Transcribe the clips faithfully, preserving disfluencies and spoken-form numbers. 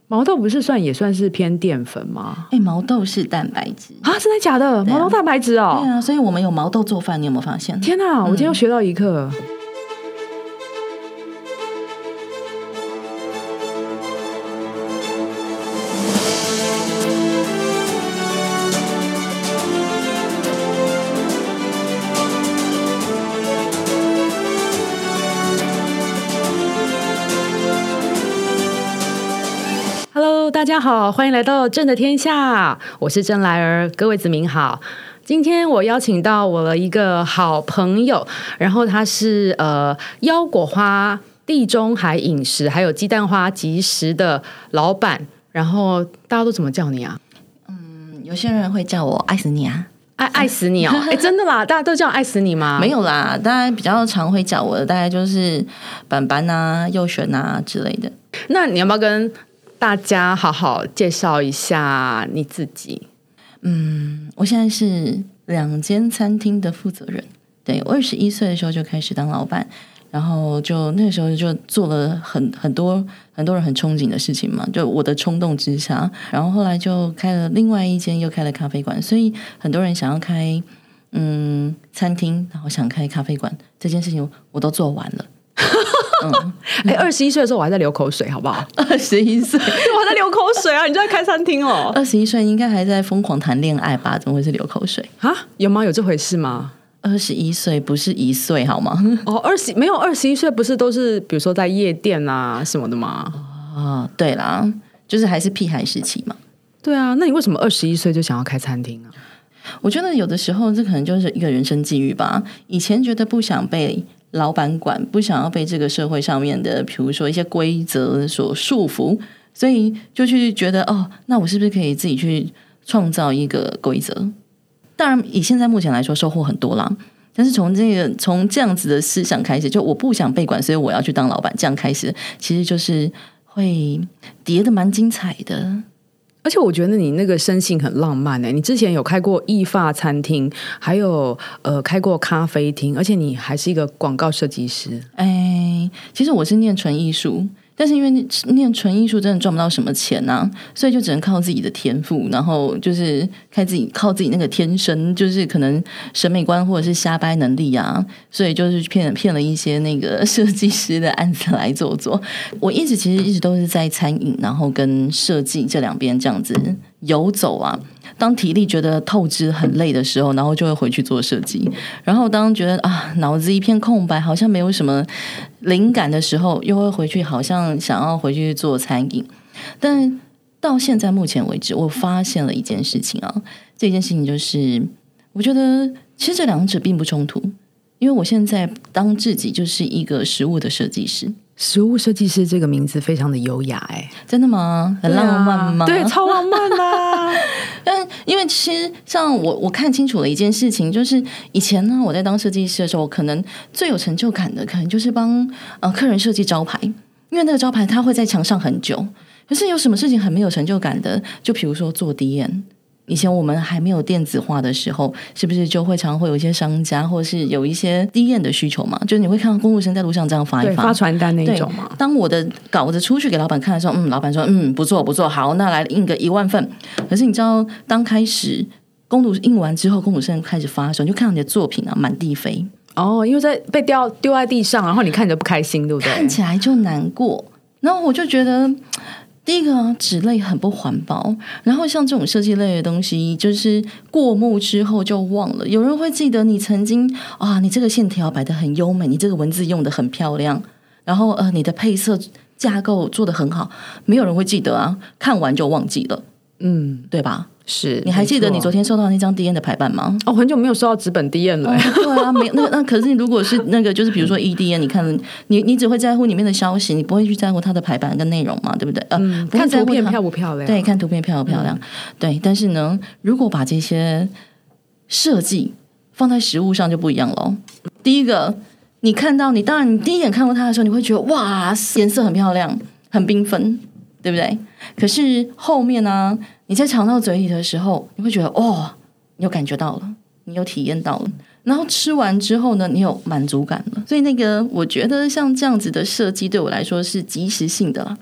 毛豆不是算也算是偏淀粉吗？ 哎，毛豆是蛋白质啊，真的假的？毛豆蛋白质哦。 对啊，所以我们有毛豆做饭，你有没有发现？ 天哪，我今天又学到一课。嗯大家好，欢迎来到朕的天下，我是珍来儿，各位子民好。今天我邀请到我的一个好朋友，然后他是呃腰果花地中海饮食还有鸡蛋花即食的老板，然后大家都怎么叫你啊？ 嗯，有些人会叫我爱死你啊， 爱爱死你哦！哎，真的啦，大家都叫爱死你吗？ 没有啦，大家比较常会叫我的大概就是板板啊、右旋啊之类的。 那你要不要跟大家好好介绍一下你自己？ 嗯，我现在是两间餐厅的负责人。对，我二十一岁的时候就开始当老板，然后就那个时候就做了很很多很多人很憧憬的事情嘛，就我的冲动之下，然后后来就开了另外一间，又开了咖啡馆，所以很多人想要开嗯餐厅，然后想开咖啡馆，这件事情我都做完了。 嗯，哎，二十一岁的时候我还在流口水，好不好？ 二十一岁， 我还在流口水啊！你就在开餐厅哦。 二十一岁应该还在疯狂谈恋爱吧？怎么会是流口水啊？有吗？有这回事吗？ 二十一岁不是一岁好吗？ 哦，二十没有二十一岁，不是都是比如说在夜店啊什么的吗？ 哦，对啦，就是还是屁孩时期嘛。 对啊，那你为什么二十一岁就想要开餐厅啊？ 我觉得有的时候这可能就是一个人生际遇吧。以前觉得不想被老板管，不想要被这个社会上面的比如说一些规则所束缚，所以就去觉得哦，那我是不是可以自己去创造一个规则。当然以现在目前来说收获很多啦，但是从这个从这样子的思想开始，就我不想被管，所以我要去当老板，这样开始其实就是会叠得蛮精彩的。 而且我觉得你那个生性很浪漫欸，你之前有开过意法餐厅，还有呃开过咖啡厅，而且你还是一个广告设计师。 哎，其实我是念纯艺术，但是因为念纯艺术真的赚不到什么钱啊，所以就只能靠自己的天赋，然后就是靠自己靠自己那个天生，就是可能审美观或者是瞎掰能力啊，所以就是骗骗了一些那个设计师的案子来做做。我一直其实一直都是在餐饮，然后跟设计这两边这样子游走啊。当体力觉得透支很累的时候，然后就会回去做设计，然后当觉得啊脑子一片空白，好像没有什么灵感的时候，又会回去好像想要回去做餐饮。但到现在目前为止，我发现了一件事情啊，这件事情就是我觉得其实这两者并不冲突，因为我现在当自己就是一个食物的设计师。 食物设计师这个名字非常的优雅哎， 真的吗？很浪漫吗？ 对啊，对，超浪漫啦、啊。 但因为其实像我我看清楚了一件事情，就是以前呢我在当设计师的时候，可能最有成就感的可能就是帮呃客人设计招牌，因为那个招牌它会在墙上很久。可是有什么事情很没有成就感的，就比如说做 D M。以前我们还没有电子化的时候，是不是就会常常会有一些商家或是有一些 D M 的需求嘛？就是你会看到公务生在路上这样发一发， 对，发传单那一种嘛。 当我的稿子出去给老板看的时候，嗯，老板说嗯不错不错，好，那来印个一万份。可是你知道，当开始公读印完之后，公读生开始发的时候，你就看到你的作品啊满地飞。 哦，因为在被掉丢在地上，然后你看着不开心，对不对？ 看起来就难过。然后我就觉得。第一个啊，纸类很不环保，然后像这种设计类的东西，就是过目之后就忘了。有人会记得你曾经啊，你这个线条摆得很优美，你这个文字用得很漂亮，然后呃，你的配色架构做得很好，没有人会记得啊，看完就忘记了，嗯，对吧？ 是， 你还记得你昨天收到那张 D N 的排版吗？ 哦，很久没有收到纸本 D N 了、哦。 对啊，没那那可是如果是那个就是比如说 E D N， 你看你你只会在乎里面的消息，你不会去在乎它的排版跟内容嘛，对不对？呃， 嗯、 不会在乎看图片漂不漂亮？ 对，看图片漂不漂亮、嗯。对，但是呢，如果把这些设计放在实物上就不一样了。第一个，你看到你当然你第一眼看到它的时候，你会觉得哇，颜色很漂亮，很缤纷，对不对？可是后面呢？你在尝到嘴里的时候，你会觉得哦，你有感觉到了，你有体验到了，然后吃完之后呢，你有满足感了。所以那个，我觉得像这样子的设计对我来说是即时性的啦。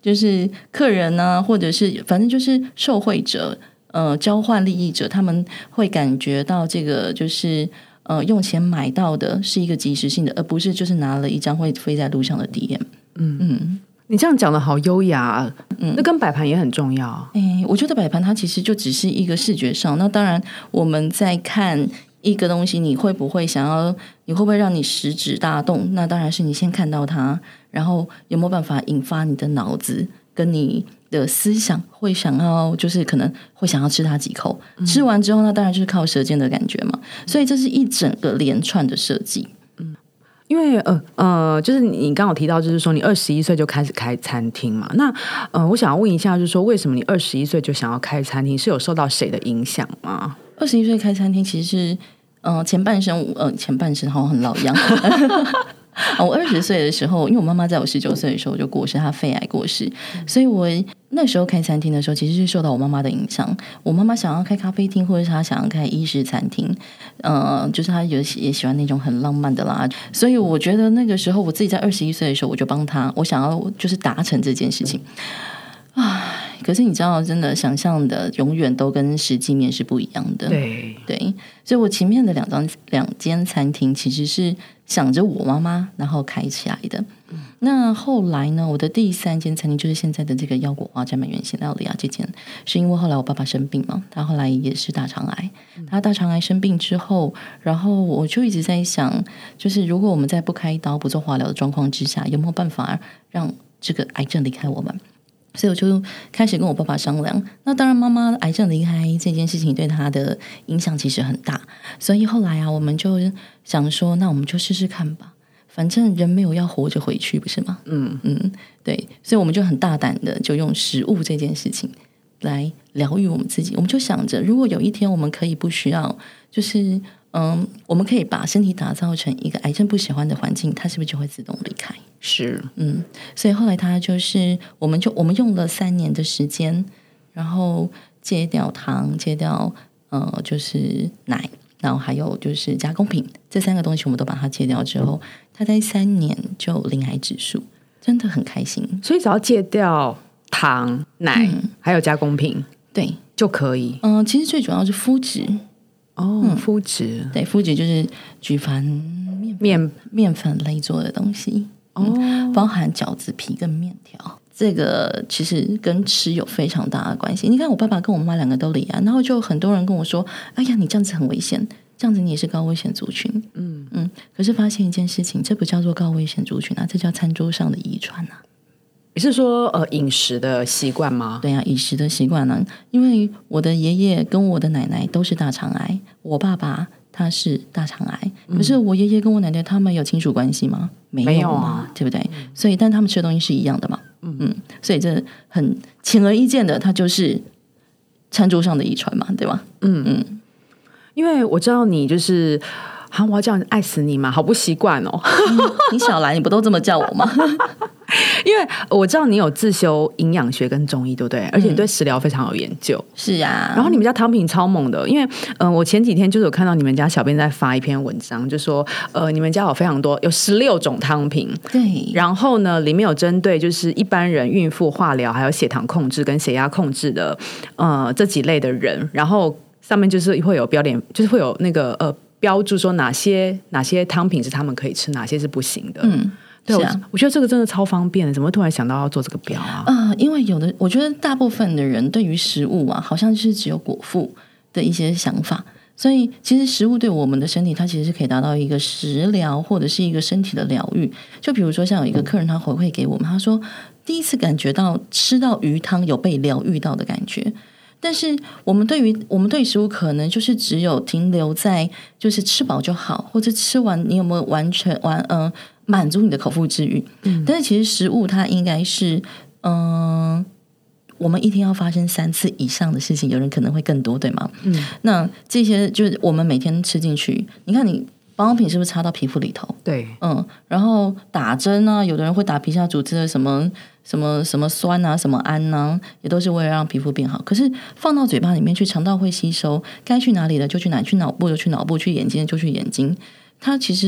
就是客人呢、啊，或者是反正就是受惠者，呃，交换利益者，他们会感觉到这个就是呃，用钱买到的是一个即时性的，而不是就是拿了一张会飞在路上的 D M。嗯嗯， 你这样讲的好优雅，嗯，那跟摆盘也很重要。 哎、欸，我觉得摆盘它其实就只是一个视觉上，那当然我们在看一个东西，你会不会想要，你会不会让你食指大动？那当然是你先看到它，然后有没有办法引发你的脑子跟你的思想会想要，就是可能会想要吃它几口，嗯、吃完之后，那当然就是靠舌尖的感觉嘛。所以这是一整个连串的设计。 嗯，因为呃呃，就是你刚刚有提到，就是说你二十一岁就开始开餐厅嘛。那呃，我想要问一下，就是说为什么你二十一岁就想要开餐厅？是有受到谁的影响吗？ 二十一岁开餐厅其实是，呃，前半生，呃，前半生好像很老一样。我二十岁的时候，因为我妈妈在我十九岁的时候就过世，她肺癌过世，所以我那时候开餐厅的时候，其实是受到我妈妈的影响。我妈妈想要开咖啡厅，或者是她想要开意式餐厅，呃，就是她有也喜欢那种很浪漫的啦。所以我觉得那个时候，我自己在二十一岁的时候，我就帮她，我想要就是达成这件事情。唉，可是你知道，真的想象的永远都跟实际面是不一样的。 对对，所以我前面的两张两间餐厅其实是想着我妈妈，然后开起来的。嗯、那后来呢，我的第三间餐厅就是现在的这个腰果花沾满原型料理啊，这间是因为后来我爸爸生病嘛，他后来也是大肠癌。他大肠癌生病之后，然后我就一直在想，就是如果我们在不开刀、不做化疗的状况之下，有没有办法让这个癌症离开我们？所以我就开始跟我爸爸商量。那当然妈妈癌症离开这件事情对他的影响其实很大，所以后来啊我们就想说，那我们就试试看吧，反正人没有要活着回去不是吗？嗯嗯，对，所以我们就很大胆的就用食物这件事情来疗愈我们自己。我们就想着，如果有一天我们可以不需要，就是嗯，我们可以把身体打造成一个癌症不喜欢的环境，它是不是就会自动离开？ 是， 嗯，所以后来他就是，我们就我们用了三年的时间，然后戒掉糖，戒掉呃就是奶，然后还有就是加工品，这三个东西我们都把它戒掉之后，他在三年就零癌指数，真的很开心。 所以只要戒掉糖、奶、嗯、还有加工品， 对就可以。 嗯、呃，其实最主要是麸质。 哦，嗯、麸质， 对，麸质就是举凡面面面粉类做的东西。哦、嗯，包含饺子皮跟面条，这个其实跟吃有非常大的关系。你看我爸爸跟我妈两个都罹癌，然后就很多人跟我说，哎呀你这样子很危险，这样子你也是高危险族群。嗯嗯，可是发现一件事情，这不叫做高危险族群啊，这叫餐桌上的遗传啊。 你是说呃饮食的习惯吗？ 对啊，饮食的习惯呢，因为我的爷爷跟我的奶奶都是大肠癌，我爸爸他是大肠癌，嗯、可是我爷爷跟我奶奶他们有亲属关系吗？没有嘛， 没有啊， 对不对？嗯、所以但他们吃的东西是一样的嘛。嗯嗯，所以这很显而易见的，它就是餐桌上的遗传嘛，对吧？嗯嗯， 因为我知道你就是啊，我要叫你爱死你嘛，好不习惯哦。 嗯、你少来，你不都这么叫我吗？ 因为我知道你有自修营养学跟中医，对不对？而且你对食疗非常有研究。 嗯、是啊， 然后你们家汤品超猛的，因为呃，我前几天就是有看到你们家小编在发一篇文章，就说呃，你们家有非常多，有十六种汤品。 对， 然后呢，里面有针对就是一般人、孕妇、化疗，还有血糖控制跟血压控制的呃这几类的人，然后上面就是会有标点，就是会有那个呃标注说哪些哪些汤品是他们可以吃，哪些是不行的。嗯。对，啊、我, 我觉得这个真的超方便的，怎么会突然想到要做这个表啊？ 呃，因为有的，我觉得大部分的人对于食物啊，好像是只有果腹的一些想法，所以其实食物对我们的身体，它其实是可以达到一个食疗或者是一个身体的疗愈。就比如说，像有一个客人他回馈给我们，他说第一次感觉到吃到鱼汤有被疗愈到的感觉。但是我们对于我们对食物可能就是只有停留在就是吃饱就好，或者吃完你有没有完全完嗯。呃满足你的口腹之欲，嗯，但是其实食物它应该是，嗯、呃，我们一天要发生三次以上的事情，有人可能会更多，对吗？嗯，那这些就是我们每天吃进去，你看你保养品是不是擦到皮肤里头？ 对， 嗯，然后打针啊，有的人会打皮下组织的什么什么什么酸啊，什么胺啊，也都是为了让皮肤变好。可是放到嘴巴里面去，肠道会吸收，该去哪里的就去哪里，去脑部就去脑部，去眼睛就去眼睛，它其实。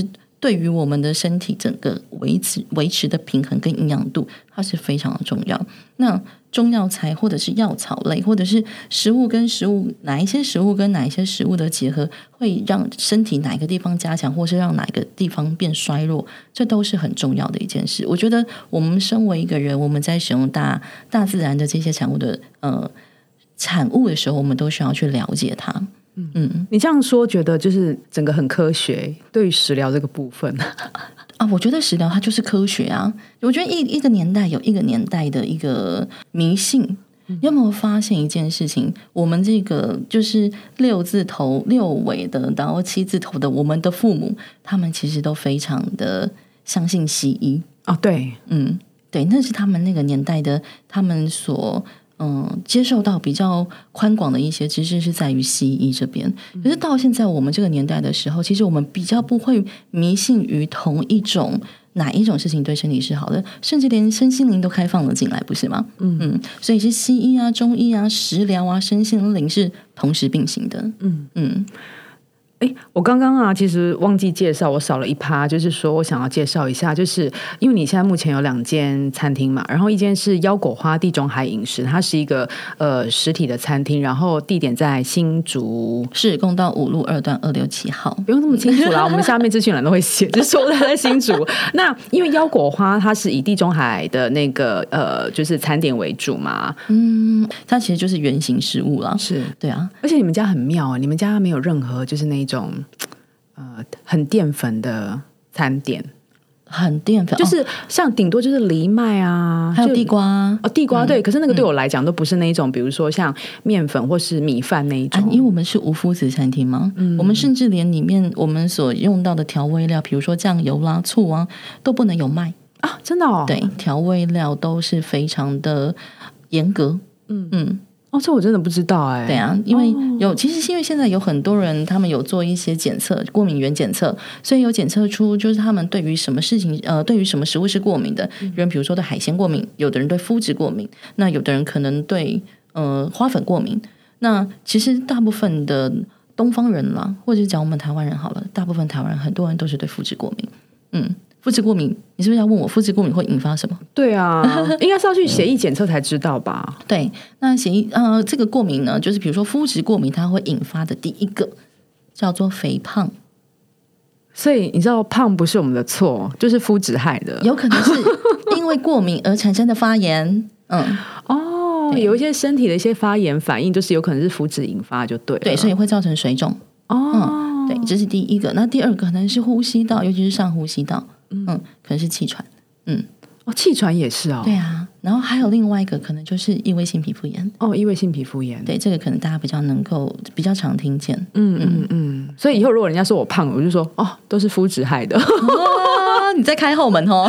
对于我们的身体整个维持维持的平衡跟营养度，它是非常的重要。那中药材或者是药草类，或者是食物跟食物，哪一些食物跟哪一些食物的结合，会让身体哪一个地方加强，或是让哪一个地方变衰弱，这都是很重要的一件事。我觉得我们身为一个人，我们在使用大大自然的这些产物的呃产物的时候，我们都需要去了解它。 嗯嗯，你这样说，觉得就是整个很科学，对于食疗这个部分啊，我觉得食疗它就是科学啊。我觉得一一个年代有一个年代的一个迷信。你有没有发现一件事情？我们这个就是六字头、六尾的，然后七字头的，我们的父母他们其实都非常的相信西医哦。对， 嗯，对，那是他们那个年代的，他们所嗯接受到比较宽广的一些知识是在于西医这边。可是到现在我们这个年代的时候，其实我们比较不会迷信于同一种。哪一种事情对身体是好的，甚至连身心灵都开放了进来，不是吗？嗯嗯，所以是西医啊、中医啊、食疗啊、身心灵是同时并行的。嗯嗯。 哎，我刚刚啊，其实忘记介绍，我少了一趴，就是说我想要介绍一下，就是因为你现在目前有两间餐厅嘛，然后一间是腰果花地中海饮食，它是一个呃实体的餐厅，然后地点在新竹市公道五路二段二六七号， 不用这么清楚啦，我们下面资讯栏都会写，就是说它在新竹。那因为腰果花它是以地中海的那个呃就是餐点为主嘛， 嗯，它其实就是原型食物啦， 是对啊， 而且你们家很妙啊，你们家没有任何就是那一种呃很淀粉的餐点， 很淀粉， 就是像顶多就是藜麦啊， 还有地瓜啊， 哦，地瓜、嗯、对，可是那个对我来讲都不是那一种，比如说像面粉或是米饭那一种， 啊、因为我们是无麸质餐厅嘛、嗯，我们甚至连里面我们所用到的调味料，比如说酱油啦、醋啊，都不能有麦啊，真的哦， 对，调味料都是非常的严格，嗯嗯。 哦，这我真的不知道哎、欸。 对啊，因为有、哦、其实是因为现在有很多人他们有做一些检测，过敏原检测，所以有检测出就是他们对于什么事情呃，对于什么食物是过敏的。有人比如说对海鲜过敏，有的人对麸质过敏，那有的人可能对呃花粉过敏。那其实大部分的东方人啦，或者是讲我们台湾人好了，大部分台湾人很多人都是对麸质过敏。嗯。麸质过敏，你是不是要问我麸质过敏会引发什么？ 对啊，应该是要去血液检测才知道吧？ 对，那血液呃，这个过敏呢，就是比如说麸质过敏，它会引发的第一个叫做肥胖。 所以你知道，胖不是我们的错，就是麸质害的， 有可能是因为过敏而产生的发炎。嗯， 哦，有一些身体的一些发炎反应，就是有可能是麸质引发，就对了。 对，所以会造成水肿。 哦、 嗯，对，这是第一个。那第二个可能是呼吸道，尤其是上呼吸道。嗯，可能是气喘，嗯， 哦，气喘也是哦， 对啊，然后还有另外一个可能就是异位性皮肤炎， 哦，异位性皮肤炎， 对，这个可能大家比较能够比较常听见， 嗯嗯嗯，所以以后如果人家说我胖，我就说哦，都是麸质害的， 哦，你在开后门哦。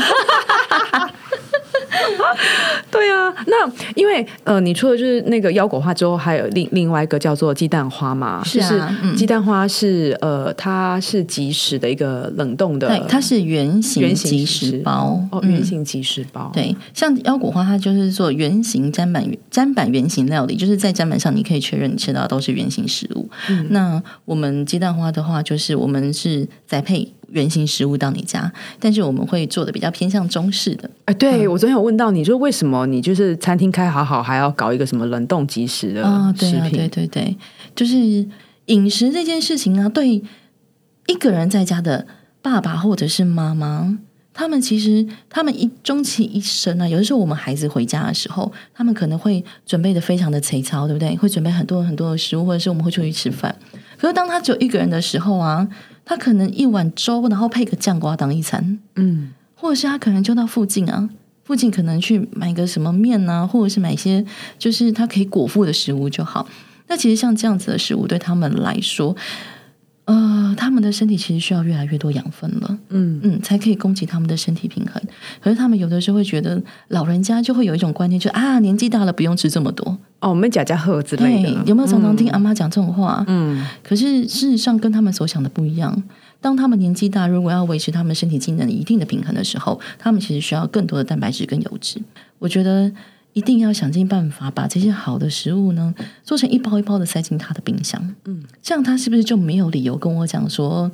对啊，那因为呃，你除了就是那个腰果花之后，还有另另外一个叫做鸡蛋花嘛， 是啊， 就是鸡蛋花是呃，它是即食的一个冷冻的， 对，它是圆形即食包， 哦，圆形即食包， 嗯，对，像腰果花它就是做圆形砧板砧板圆形料理，就是在砧板上你可以确认你吃到的都是圆形食物。嗯，那我们鸡蛋花的话，就是我们是栽配圆形食物到你家，但是我们会做的比较偏向中式的。 哎，对，嗯，我昨天有问到你，就是为什么你就是餐厅开好好，还要搞一个什么冷冻即食的食品？ 哦，对啊，对对对，就是饮食这件事情啊，对一个人在家的爸爸或者是妈妈，他们其实他们一终其一生啊，有的时候我们孩子回家的时候，他们可能会准备的非常的粗糙，对不对？会准备很多很多的食物，或者是我们会出去吃饭。可是当他只有一个人的时候啊，他可能一碗粥，然后配个酱瓜当一餐，嗯，或者是他可能就到附近啊，附近可能去买个什么面啊，或者是买一些就是他可以果腹的食物就好。那其实像这样子的食物对他们来说，呃，他们的身体其实需要越来越多养分了，嗯嗯，才可以供给他们的身体平衡。可是他们有的时候会觉得，老人家就会有一种观念，就啊，年纪大了不用吃这么多哦，我们家家喝之类的。 有没有常常听阿妈讲这种话？嗯，可是事实上跟他们所想的不一样。当他们年纪大，如果要维持他们身体机能一定的平衡的时候，他们其实需要更多的蛋白质跟油脂。我觉得一定要想尽办法把这些好的食物呢做成一包一包的塞进他的冰箱，嗯，这样他是不是就没有理由跟我讲说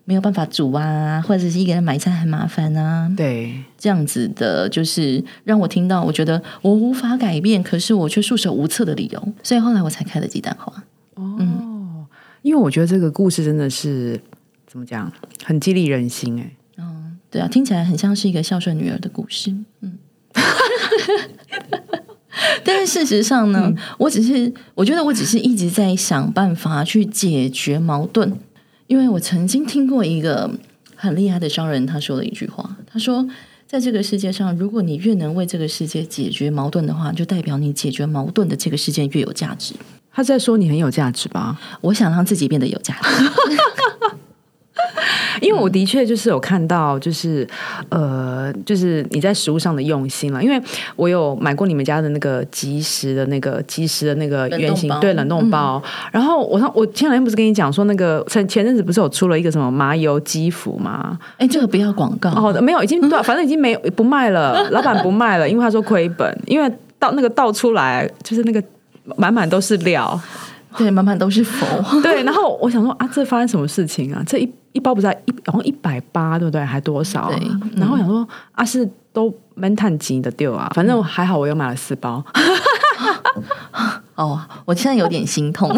没有办法煮啊，或者是一个人买菜很麻烦啊， 对， 这样子的，就是让我听到，我觉得我无法改变，可是我却束手无策的理由，所以后来我才开了鸡蛋花。 哦，嗯，因为我觉得这个故事真的是怎么讲，很激励人心哎。 嗯，对啊，听起来很像是一个孝顺女儿的故事。嗯。但是事实上呢、嗯、我只是我觉得我只是一直在想办法去解决矛盾，因为我曾经听过一个很厉害的商人，他说了一句话，他说在这个世界上，如果你越能为这个世界解决矛盾的话，就代表你解决矛盾的这个世界越有价值。 他在说你很有价值吧？ 我想让自己变得有价值。 因为我的确就是有看到，就是呃，就是你在食物上的用心了。因为我有买过你们家的那个即食的那个即食的那个圆形对冷冻包，嗯、然后我我前两天不是跟你讲说那个前前阵子不是有出了一个什么麻油鸡脯吗？ 哎，这个不要广告哦，没有，已经对，反正已经没不卖了，老板不卖了，因为他说亏本，因为倒那个倒出来就是那个满满都是料。 对，满满都是佛。 对，然后我想说啊，这发生什么事情啊？这一一包不是一好像一百八，对不对？还多少、啊？对。嗯、然后我想说啊，是都蛮探级的丢啊。反正还好，我又买了四包。 哦，我现在有点心痛。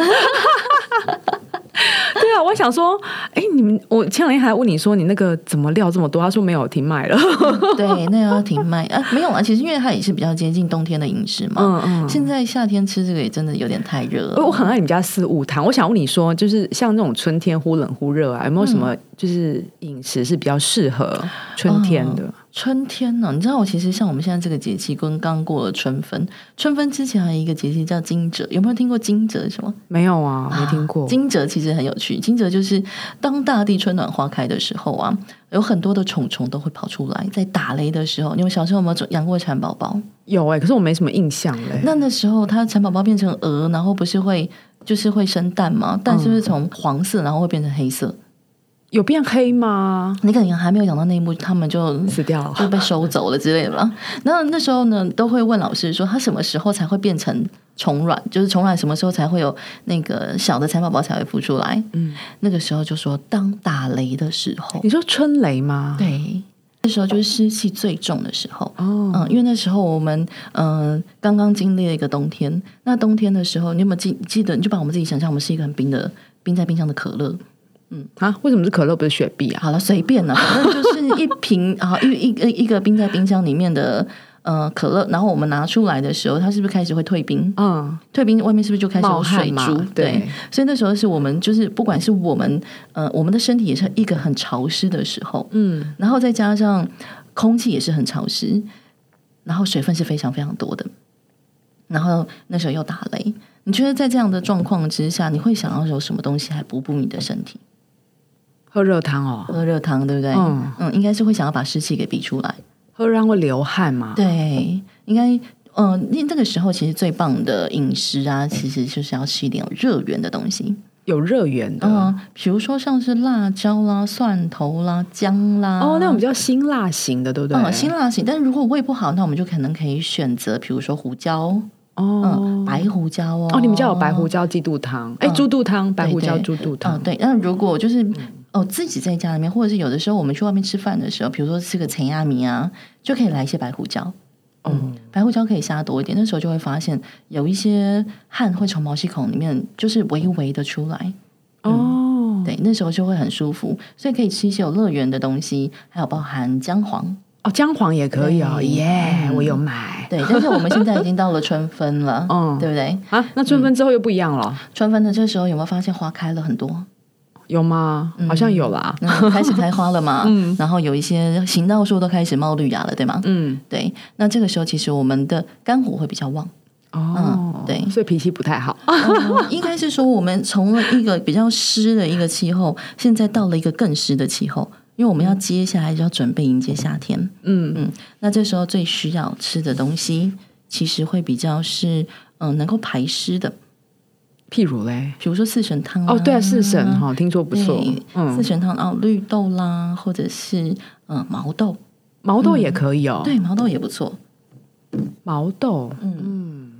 对啊，我想说，哎，你们，我前两天还问你说，你那个怎么料这么多？他说没有，停卖了。 对，那要停卖啊，没有啊。其实因为它也是比较接近冬天的饮食嘛。嗯嗯。现在夏天吃这个也真的有点太热了。 我很爱你们家四物汤，我想问你说，就是像那种春天忽冷忽热啊，有没有什么就是饮食是比较适合春天的？嗯春天呢、啊？你知道我其实像我们现在这个节气，跟刚过了春分，春分之前还有一个节气叫惊蛰，有没有听过惊蛰什么？ 没有啊，没听过。 啊、惊蛰其实很有趣，惊蛰就是当大地春暖花开的时候啊，有很多的虫虫都会跑出来，在打雷的时候，你们小时候有没有养过蚕宝宝？ 有哎、欸，可是我没什么印象嘞。 那那时候它蚕宝宝变成蛾，然后不是会就是会生蛋吗？蛋是不是从黄色然后会变成黑色？ 有变黑吗？ 你可能还没有养到那一幕，他们就死掉了， 就被收走了之类的吧。那那时候呢，都会问老师说，他什么时候才会变成虫卵？就是虫卵什么时候才会有那个小的蚕宝宝才会孵出来？嗯，那个时候就说当打雷的时候。 你说春雷吗？ 对，那时候就是湿气最重的时候。哦，嗯，因为那时候我们嗯、呃、刚刚经历了一个冬天。那冬天的时候，你有没有记记得？你就把我们自己想象，我们是一个很冰的冰在冰箱的可乐。 嗯啊，为什么是可乐不是雪碧啊？ 好了，随便了，反正就是一瓶啊，一一个一个冰在冰箱里面的呃可乐，然后我们拿出来的时候，它是不是开始会退冰？嗯，退冰外面是不是就开始有水珠？对，对，所以那时候是我们就是不管是我们呃我们的身体也是一个很潮湿的时候，嗯，然后再加上空气也是很潮湿，然后水分是非常非常多的，然后那时候又打雷，你觉得在这样的状况之下，你会想要有什么东西来补补你的身体？ 喝热汤哦， 喝热汤对不对？嗯嗯，应该是会想要把湿气给逼出来。 喝热汤会流汗嘛？ 对，应该嗯，那、呃、这个时候其实最棒的饮食啊，其实就是要吃一点有热源的东西， 有热源的， 嗯，比如说像是辣椒啦、蒜头啦、姜啦， 哦，那种比较辛辣型的，对不对？ 嗯，辛辣型。但是如果胃不好，那我们就可能可以选择，比如说胡椒。哦、嗯，白胡椒哦， 哦，你们家有白胡椒鸡肚汤，哎、嗯，猪肚汤，白胡椒猪肚汤， 对。那、嗯、如果就是哦自己在家里面，或者是有的时候我们去外面吃饭的时候，比如说吃个陈亚米啊，就可以来一些白胡椒。嗯，白胡椒可以下多一点，那时候就会发现有一些汗会从毛细孔里面就是微微的出来。嗯、哦，对，那时候就会很舒服，所以可以吃一些有热源的东西，还有包含姜黄。 哦，姜黄也可以哦，耶、yeah, 嗯！我有买。 对，但是我们现在已经到了春分了，嗯，对不对？ 啊，那春分之后又不一样了。嗯、 春分的这时候有没有发现花开了很多？ 有吗？好像有啦， 嗯、开始开花了嘛。嗯，然后有一些行道树都开始冒绿芽了，对吗？嗯，对。那这个时候其实我们的肝火会比较旺。 哦、嗯，对，所以脾气不太好。 嗯、应该是说我们从了一个比较湿的一个气候，现在到了一个更湿的气候。因为我们要接下来就要准备迎接夏天，嗯嗯，那这时候最需要吃的东西，其实会比较是嗯、呃、能够排湿的， 譬如嘞， 比如说四神汤、啊、 哦，对啊，四神哈、哦，听说不错， 嗯，四神汤哦，绿豆啦，或者是嗯、呃、毛豆， 毛豆也可以哦， 嗯、对，毛豆也不错， 毛豆，嗯嗯，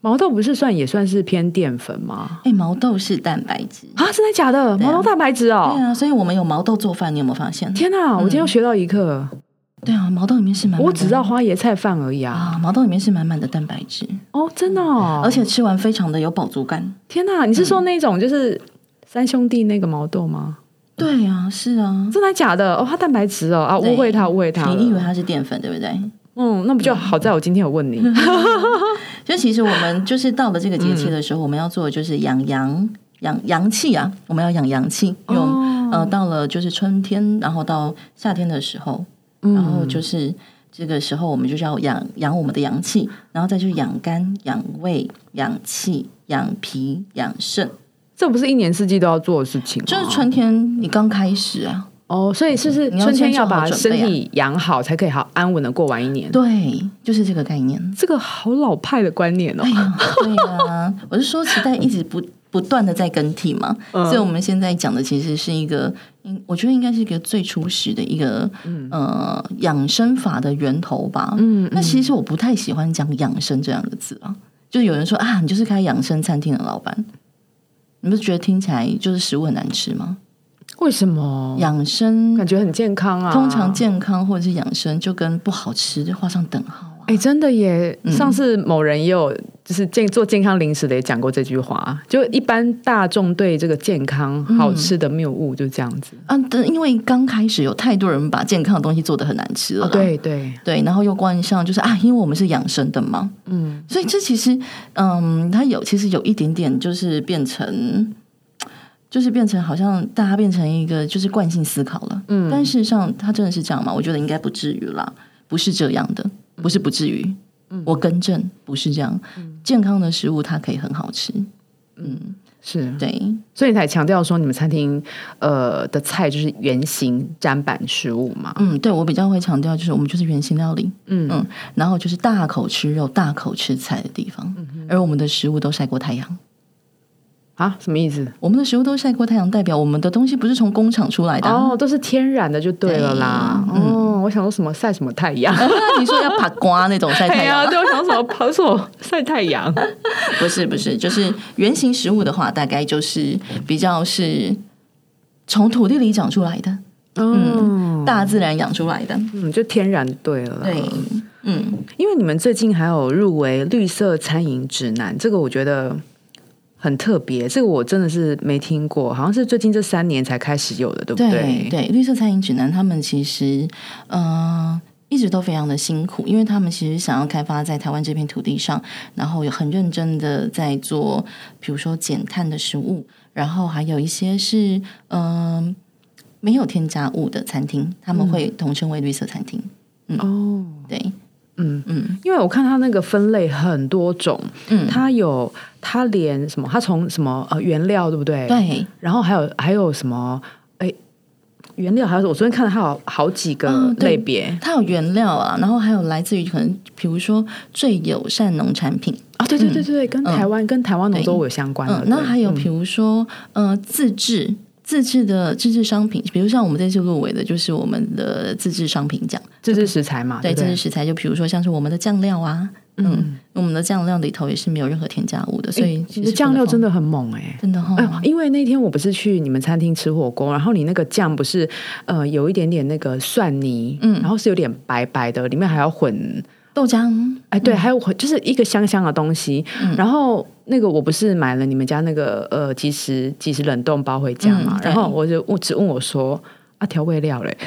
毛豆不是算也算是偏淀粉吗？ 哎，毛豆是蛋白质啊，真的假的？毛豆蛋白质哦。 对啊，所以我们有毛豆做饭，你有没有发现？ 天哪，我今天又学到一课。嗯、 对啊，毛豆里面是满满的， 我只知道花椰菜饭而已啊。 啊，毛豆里面是满满的蛋白质哦，真的哦， 而且吃完非常的有饱足感。 天哪，你是说那种就是三兄弟那个毛豆吗？ 对啊，是啊， 真的假的？哦，它蛋白质哦啊，误会它，误会它。 你以为它是淀粉，对不对？ 嗯，那不就好在我今天有问你。 就其实我们就是到了这个节气的时候，嗯、我们要做的就是养阳养阳气啊，我们要养阳气。因为我们、哦、呃到了就是春天，然后到夏天的时候，嗯、然后就是这个时候我们就是要养养我们的阳气，然后再去养肝、养胃、养气、养脾、养肾。 这不是一年四季都要做的事情吗？ 就是春天你刚开始啊。 哦，所以是不是春天要把身体养好，才可以好安稳的过完一年？ 对，就是这个概念。 这个好老派的观念哦。 哎呀，对啊，我是说时代一直不不断的在更替嘛，嗯、所以我们现在讲的其实是一个，我觉得应该是一个最初始的一个、嗯、呃养生法的源头吧。嗯，那其实我不太喜欢讲养生这样的字啊，就是有人说啊，你就是开养生餐厅的老板，你不是觉得听起来就是食物很难吃吗？ 为什么？ 养生感觉很健康啊， 通常健康或者是养生就跟不好吃就画上等号啊。 哎、欸，真的耶！嗯、上次某人也有就是健做健康零食的也讲过这句话，就一般大众对这个健康好吃的谬误就这样子、 嗯、啊，因为刚开始有太多人把健康的东西做得很难吃了、哦， 对对对，然后又冠上就是啊，因为我们是养生的嘛，嗯，所以这其实嗯，它有其实有一点点就是变成。就是变成好像大家变成一个就是惯性思考了，嗯，但事实上它真的是这样吗？我觉得应该不至于啦，不是这样的，不是不至于，嗯，我更正，不是这样，嗯、健康的食物它可以很好吃，嗯， 是对， 所以你才强调说你们餐厅呃的菜就是原型砧板食物嘛， 嗯，对我比较会强调就是我们就是原型料理，嗯嗯，然后就是大口吃肉、大口吃菜的地方，嗯、而我们的食物都晒过太阳。 啊，什么意思？ 我们的食物都晒过太阳，代表我们的东西不是从工厂出来的、啊、 哦，都是天然的就对了啦。嗯、哦，我想说什么晒什么太阳？ 你说要爬瓜那种晒太阳？ 对啊，对，我想说什么爬什么晒太阳？ 不是不是，就是原型食物的话，大概就是比较是从土地里长出来的，哦、嗯，大自然养出来的， 嗯，就天然对了啦。 对，嗯， 因为你们最近还有入围绿色餐饮指南，这个我觉得。很特别，这个我真的是没听过，好像是最近这三年才开始有的，对不对？ 对对，绿色餐饮指南他们其实呃一直都非常的辛苦，因为他们其实想要开发在台湾这片土地上，然后有很认真的在做，比如说减碳的食物，然后还有一些是嗯、呃、没有添加物的餐厅，他们会统称为绿色餐厅。嗯，哦，对。 嗯嗯，因为我看它那个分类很多种，嗯，它有它连什么，它从什么呃原料对不对？ 对， 然后还有还有什么哎原料，还有我昨天看到它有好几个类别、哦， 它有原料啊，然后还有来自于可能比如说最友善农产品啊、哦，对对对对，嗯、跟台湾、嗯、跟台湾农作物有相关的。 嗯，那还有比如说、嗯、呃自制。自制的自制商品，比如像我们这次入围的就是我们的自制商品奖， 自制食材嘛， 对， 对对自制食材，就比如说像是我们的酱料啊，嗯，嗯我们的酱料里头也是没有任何添加物的，所以你的酱料真的很猛哎、欸， 真的哈、哦哎。因为那天我不是去你们餐厅吃火锅，然后你那个酱不是呃有一点点那个蒜泥，嗯，然后是有点白白的，里面还要混。 豆浆， 哎，对，嗯、还有就是一个香香的东西。嗯、然后那个我不是买了你们家那个呃即时即时冷冻包回家嘛，嗯、然后我就我只问我说啊调味料嘞。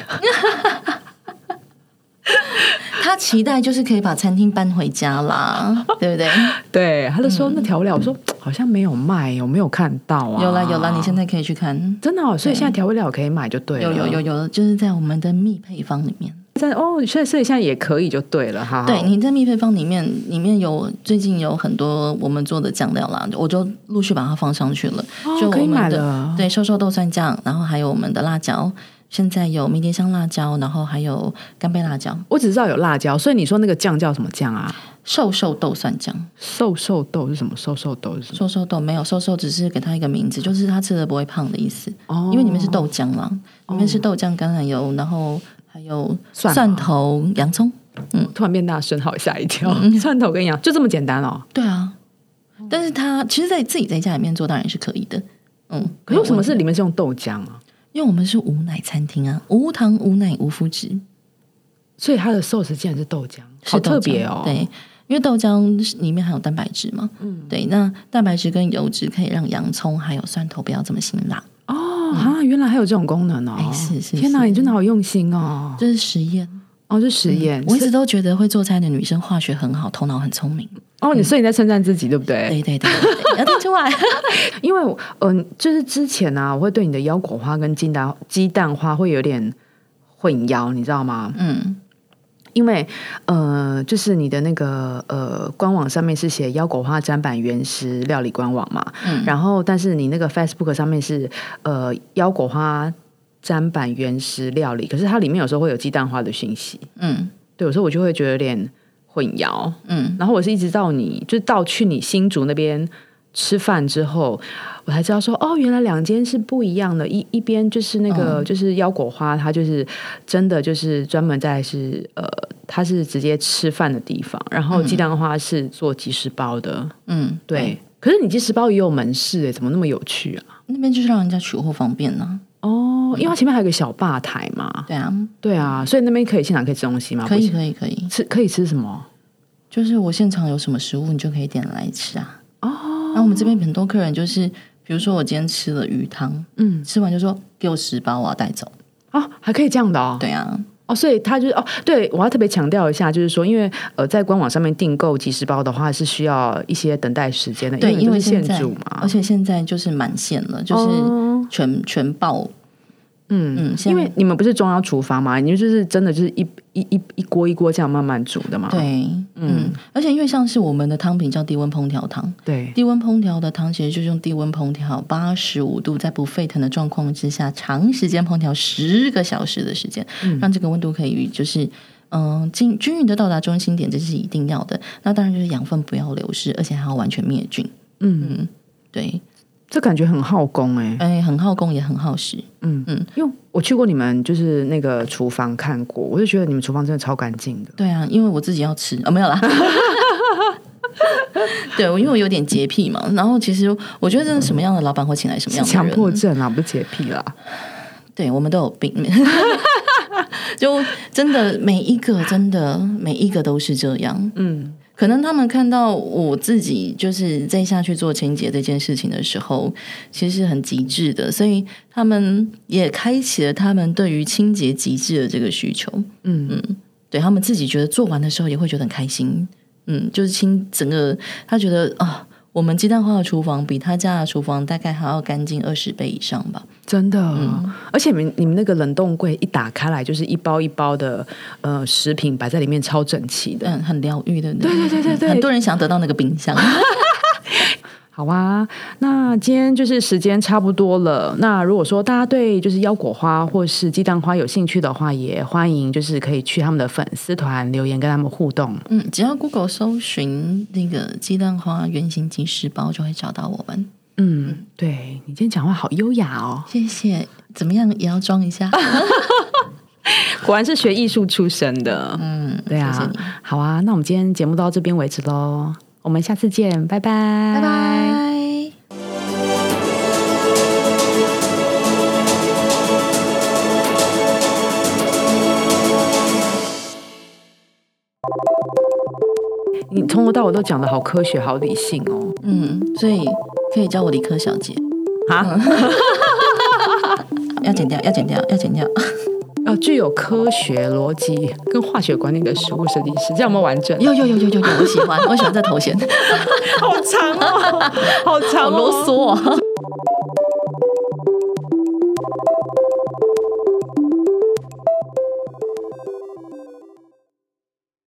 他期待就是可以把餐厅搬回家啦，对不对？ 对，他就说、嗯、那调味料，我说好像没有卖，有没有看到啊？ 有啦有啦，你现在可以去看， 真的、哦，所以现在调味料可以买就对了。 有有有有，就是在我们的秘配方里面。 在哦，所以所以现在也可以就对了哈。 对，你在秘配方里面，里面有最近有很多我们做的酱料啦，我就陆续把它放上去了。 哦， 就我们的可以买了。 对，瘦瘦豆蒜酱，然后还有我们的辣椒，现在有迷迭香辣椒，然后还有干贝辣椒。 我只知道有辣椒，所以你说那个酱叫什么酱啊？ 瘦瘦豆蒜酱。 瘦瘦豆是什么？瘦瘦豆是什么？ 瘦瘦豆没有，瘦瘦只是给它一个名字，就是它吃了不会胖的意思。哦，因为里面是豆浆啦，里面是豆浆、橄榄油，然后。还有蒜头、洋葱， 嗯，突然变大声，好吓一跳。嗯、蒜头跟洋就这么简单哦？ 对啊， 但是它其实在自己在家里面做当然是可以的。嗯， 可是为什么是里面是用豆浆啊？ 因为我们是无奶餐厅啊，无糖无奶无麸质， 所以它的寿司竟然是豆浆，好特别哦。 对，因为豆浆里面含有蛋白质嘛，嗯，对，那蛋白质跟油脂可以让洋葱还有蒜头不要这么辛辣。 哦，哈、嗯，原来还有这种功能哦！ 是是， 天哪，你真的好用心哦！ 这是实验哦，这是实验、嗯。 我一直都觉得会做菜的女生化学很好，头脑很聪明。 哦，你所以你在称赞自己，对不对？ 对对对对，要听出来。 因为嗯、呃，就是之前啊，我会对你的腰果花跟鸡蛋鸡蛋花会有点混淆，你知道吗？嗯。因为呃，就是你的那个呃官网上面是写腰果花砧板原食料理官网嘛，嗯，然后但是你那个 Facebook 上面是呃腰果花砧板原食料理，可是它里面有时候会有鸡蛋花的讯息，嗯，对，有时候我就会觉得有点混淆，嗯，然后我是一直到你就到去你新竹那边吃饭之后，我才知道说哦，原来两间是不一样的。一一边就是那个、嗯、就是腰果花，它就是真的就是专门在是呃，它是直接吃饭的地方。然后鸡蛋花是做即食包的，嗯，对。对，可是你即食包也有门市哎，怎么那么有趣啊？ 那边就是让人家取货方便呢、 啊。哦，因为它前面还有个小吧台嘛。 对啊， 对啊，所以那边可以现场可以吃东西吗？ 可以，可以，可以。 吃可以吃什么？ 就是我现场有什么食物，你就可以点来吃啊。哦。然后我们这边很多客人就是，比如说我今天吃了鱼汤，嗯，吃完就说给我十包，我要带走。 哦，还可以这样的哦。 对啊。 哦，所以他就是哦，对，我要特别强调一下，就是说，因为呃，在官网上面订购即食包的话，是需要一些等待时间的， 对，因为现煮嘛， 而且现在就是满线了，就是全、哦、全爆。 嗯嗯，因为你们不是中央厨房嘛，你们就是真的就是一一一一锅一锅这样慢慢煮的嘛。 对，嗯，嗯而且因为像是我们的汤品叫低温烹调汤， 对， 低温烹调的汤其实就是用低温烹调八十五度，在不沸腾的状况之下，长时间烹调十个小时的时间，嗯、让这个温度可以就是嗯均均匀的到达中心点，这是一定要的。那当然就是养分不要流失，而且还要完全灭菌。嗯嗯，对。 这感觉很耗工哎、 欸，哎，很耗工也很耗时，嗯嗯，因为我去过你们就是那个厨房看过，我就觉得你们厨房真的超干净的。 对啊，因为我自己要吃啊、哦，没有啦。对，因为我有点洁癖嘛，然后其实我觉得真的什么样的老板会请来什么样的人， 强迫症啊，不是洁癖啦。 对，我们都有病。就真的每一个，真的每一个都是这样，嗯。可能他们看到我自己就是在下去做清洁这件事情的时候，其实很极致的，所以他们也开启了他们对于清洁极致的这个需求。嗯嗯，对他们自己觉得做完的时候也会觉得很开心。嗯，就是清整个，他觉得啊，我们鸡蛋花的厨房比他家的厨房大概还要干净二十倍以上吧。 真的，嗯、而且你们你们那个冷冻柜一打开来，就是一包一包的呃食品摆在里面，超整齐的， 嗯，很疗愈的。 对对对对对， 很多人想得到那个冰箱。 好啊，那今天就是时间差不多了。那如果说大家对就是腰果花或是鸡蛋花有兴趣的话，也欢迎就是可以去他们的粉丝团留言跟他们互动。 嗯，只要 Google 搜寻那个鸡蛋花原型即食包，就会找到我们。 嗯，对，你今天讲话好优雅哦， 谢谢。怎么样也要装一下。 果然是学艺术出身的。嗯，对啊，谢谢你。好啊，那我们今天节目到这边为止咯，我们下次见，拜拜， 拜拜。 你从头到尾都讲得好科学好理性哦。 嗯，所以可以叫我理科小姐啊、嗯、 要剪掉要剪掉要剪掉呃、具有科学逻辑跟化学管理的食物设计师，这样有没有完整？ 有有有有有有，我喜欢我喜欢这头衔。 好长哦，好长哦， 好啰嗦哦。